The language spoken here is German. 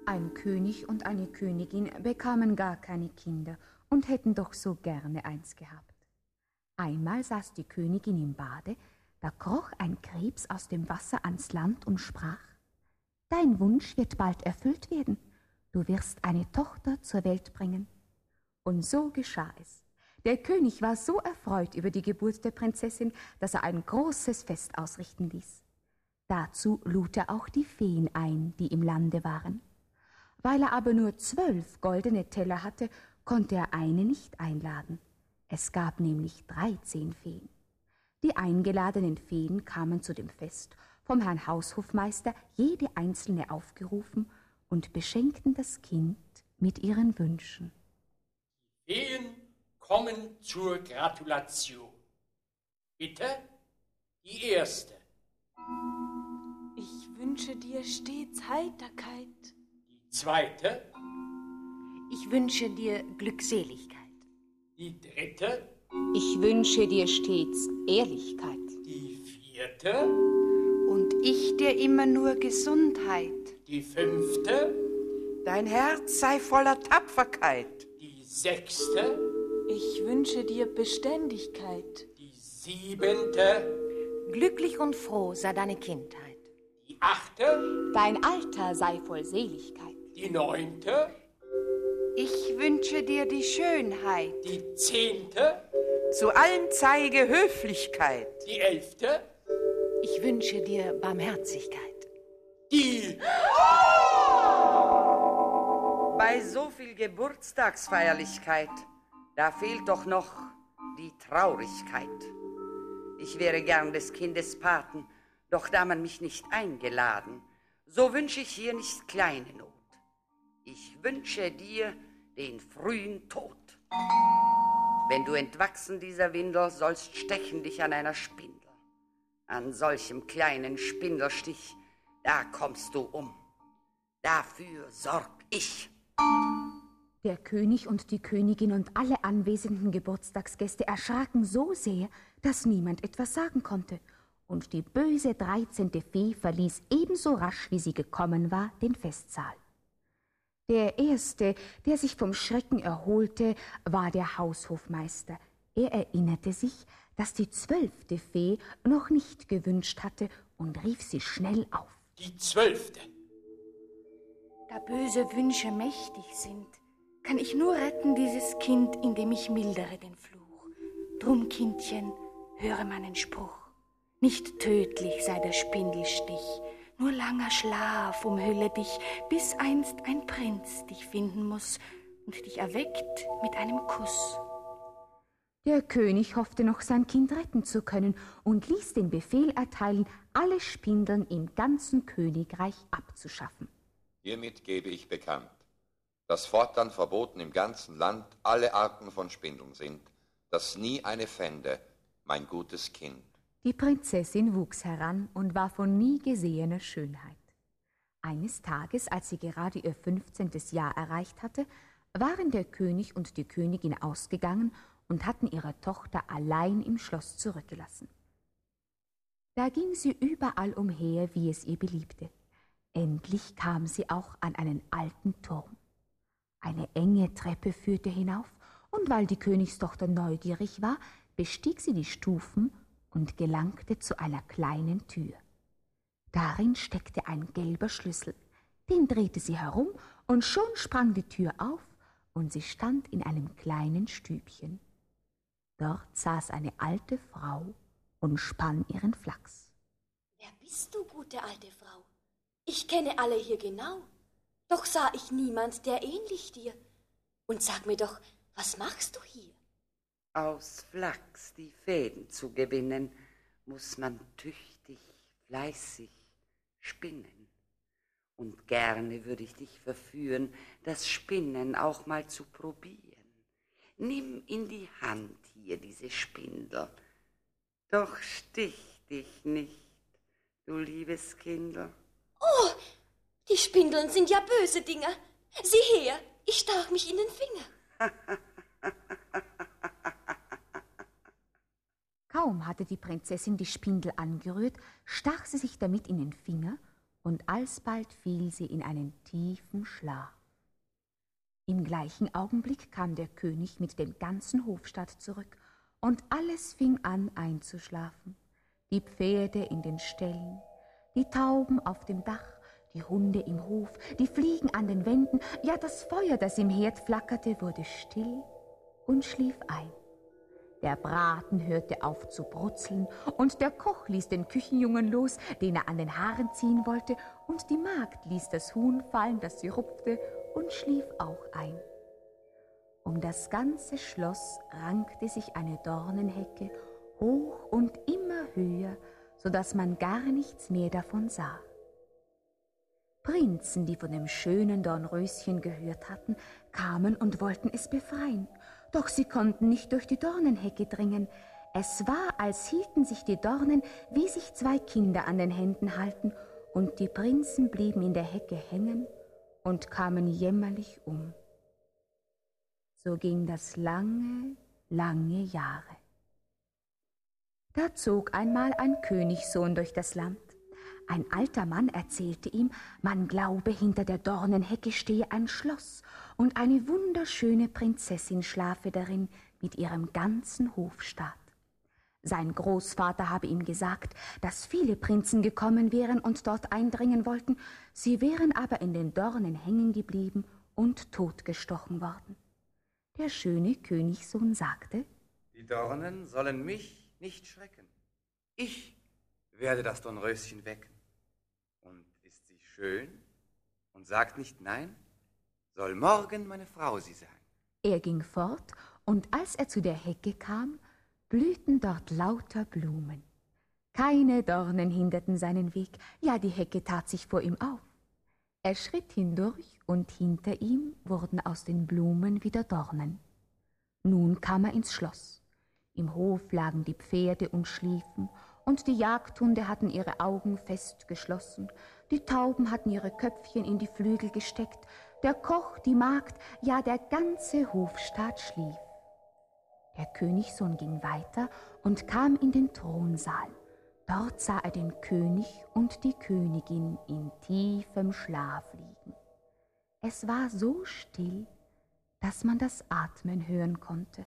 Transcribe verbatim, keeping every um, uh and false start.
Ein König und eine Königin bekamen gar keine Kinder und hätten doch so gerne eins gehabt. Einmal saß die Königin im Bade, da kroch ein Krebs aus dem Wasser ans Land und sprach: »Dein Wunsch wird bald erfüllt werden, du wirst eine Tochter zur Welt bringen.« Und so geschah es. Der König war so erfreut über die Geburt der Prinzessin, dass er ein großes Fest ausrichten ließ. Dazu lud er auch die Feen ein, die im Lande waren. Weil er aber nur zwölf goldene Teller hatte, konnte er eine nicht einladen. Es gab nämlich dreizehn Feen. Die eingeladenen Feen kamen zu dem Fest, vom Herrn Haushofmeister jede einzelne aufgerufen und beschenkten das Kind mit ihren Wünschen. Die Feen kommen zur Gratulation. Bitte, die erste. Ich wünsche dir stets Heiterkeit. Die zweite. Ich wünsche dir Glückseligkeit. Die dritte. Ich wünsche dir stets Ehrlichkeit. Die vierte. Und ich dir immer nur Gesundheit. Die fünfte. Dein Herz sei voller Tapferkeit. Die sechste. Ich wünsche dir Beständigkeit. Die siebente. Glücklich und froh sei deine Kindheit. Die achte. Dein Alter sei voll Seligkeit. Die neunte. Ich wünsche dir die Schönheit. Die zehnte. Zu allen zeige Höflichkeit. Die elfte. Ich wünsche dir Barmherzigkeit. Die... Bei so viel Geburtstagsfeierlichkeit, da fehlt doch noch die Traurigkeit. Ich wäre gern des Kindes Paten, doch da man mich nicht eingeladen, so wünsche ich hier nicht kleine Not. Ich wünsche dir den frühen Tod. Wenn du entwachsen dieser Windel, sollst stechen dich an einer Spindel. An solchem kleinen Spindelstich, da kommst du um. Dafür sorg ich. Der König und die Königin und alle anwesenden Geburtstagsgäste erschraken so sehr, dass niemand etwas sagen konnte. Und die böse dreizehnte Fee verließ ebenso rasch, wie sie gekommen war, den Festsaal. Der Erste, der sich vom Schrecken erholte, war der Haushofmeister. Er erinnerte sich, dass die zwölfte Fee noch nicht gewünscht hatte und rief sie schnell auf. Die zwölfte. Da böse Wünsche mächtig sind, kann ich nur retten dieses Kind, indem ich mildere den Fluch. Drum, Kindchen, höre meinen Spruch. Nicht tödlich sei der Spindelstich, nur langer Schlaf umhülle dich, bis einst ein Prinz dich finden muss und dich erweckt mit einem Kuss. Der König hoffte noch, sein Kind retten zu können und ließ den Befehl erteilen, alle Spindeln im ganzen Königreich abzuschaffen. Hiermit gebe ich bekannt, dass fortan verboten im ganzen Land alle Arten von Spindeln sind, dass nie eine fände, mein gutes Kind. Die Prinzessin wuchs heran und war von nie gesehener Schönheit. Eines Tages, als sie gerade ihr fünfzehntes Jahr erreicht hatte, waren der König und die Königin ausgegangen und hatten ihre Tochter allein im Schloss zurückgelassen. Da ging sie überall umher, wie es ihr beliebte. Endlich kam sie auch an einen alten Turm. Eine enge Treppe führte hinauf, und weil die Königstochter neugierig war, bestieg sie die Stufen und gelangte zu einer kleinen Tür. Darin steckte ein gelber Schlüssel. Den drehte sie herum, und schon sprang die Tür auf, und sie stand in einem kleinen Stübchen. Dort saß eine alte Frau und spann ihren Flachs. »Wer bist du, gute alte Frau? Ich kenne alle hier genau, doch sah ich niemand, der ähnlich dir. Und sag mir doch, was machst du hier?« Aus Flachs die Fäden zu gewinnen, muß man tüchtig, fleißig spinnen. Und gerne würde ich dich verführen, das Spinnen auch mal zu probieren. Nimm in die Hand hier diese Spindel, doch stich dich nicht, du liebes Kindl. »Oh, die Spindeln sind ja böse Dinger. Sieh her, ich stach mich in den Finger.« Kaum hatte die Prinzessin die Spindel angerührt, stach sie sich damit in den Finger, und alsbald fiel sie in einen tiefen Schlaf. Im gleichen Augenblick kam der König mit dem ganzen Hofstaat zurück, und alles fing an einzuschlafen. Die Pferde in den Ställen, die Tauben auf dem Dach, die Hunde im Hof, die Fliegen an den Wänden, ja, das Feuer, das im Herd flackerte, wurde still und schlief ein. Der Braten hörte auf zu brutzeln, und der Koch ließ den Küchenjungen los, den er an den Haaren ziehen wollte, und die Magd ließ das Huhn fallen, das sie rupfte, und schlief auch ein. Um das ganze Schloss rankte sich eine Dornenhecke, hoch und immer höher, so dass man gar nichts mehr davon sah. Prinzen, die von dem schönen Dornröschen gehört hatten, kamen und wollten es befreien, doch sie konnten nicht durch die Dornenhecke dringen. Es war, als hielten sich die Dornen, wie sich zwei Kinder an den Händen halten, und die Prinzen blieben in der Hecke hängen und kamen jämmerlich um. So ging das lange, lange Jahre. Da zog einmal ein Königssohn durch das Land. Ein alter Mann erzählte ihm, man glaube, hinter der Dornenhecke stehe ein Schloss und eine wunderschöne Prinzessin schlafe darin mit ihrem ganzen Hofstaat. Sein Großvater habe ihm gesagt, dass viele Prinzen gekommen wären und dort eindringen wollten, sie wären aber in den Dornen hängen geblieben und totgestochen worden. Der schöne Königssohn sagte: Die Dornen sollen mich nicht schrecken. Ich werde das Dornröschen wecken. Und ist sie schön und sagt nicht nein, soll morgen meine Frau sie sein. Er ging fort, und als er zu der Hecke kam, blühten dort lauter Blumen. Keine Dornen hinderten seinen Weg, ja, die Hecke tat sich vor ihm auf. Er schritt hindurch, und hinter ihm wurden aus den Blumen wieder Dornen. Nun kam er ins Schloss. Im Hof lagen die Pferde und schliefen, und die Jagdhunde hatten ihre Augen fest geschlossen, die Tauben hatten ihre Köpfchen in die Flügel gesteckt, der Koch, die Magd, ja, der ganze Hofstaat schlief. Der Königssohn ging weiter und kam in den Thronsaal. Dort sah er den König und die Königin in tiefem Schlaf liegen. Es war so still, dass man das Atmen hören konnte,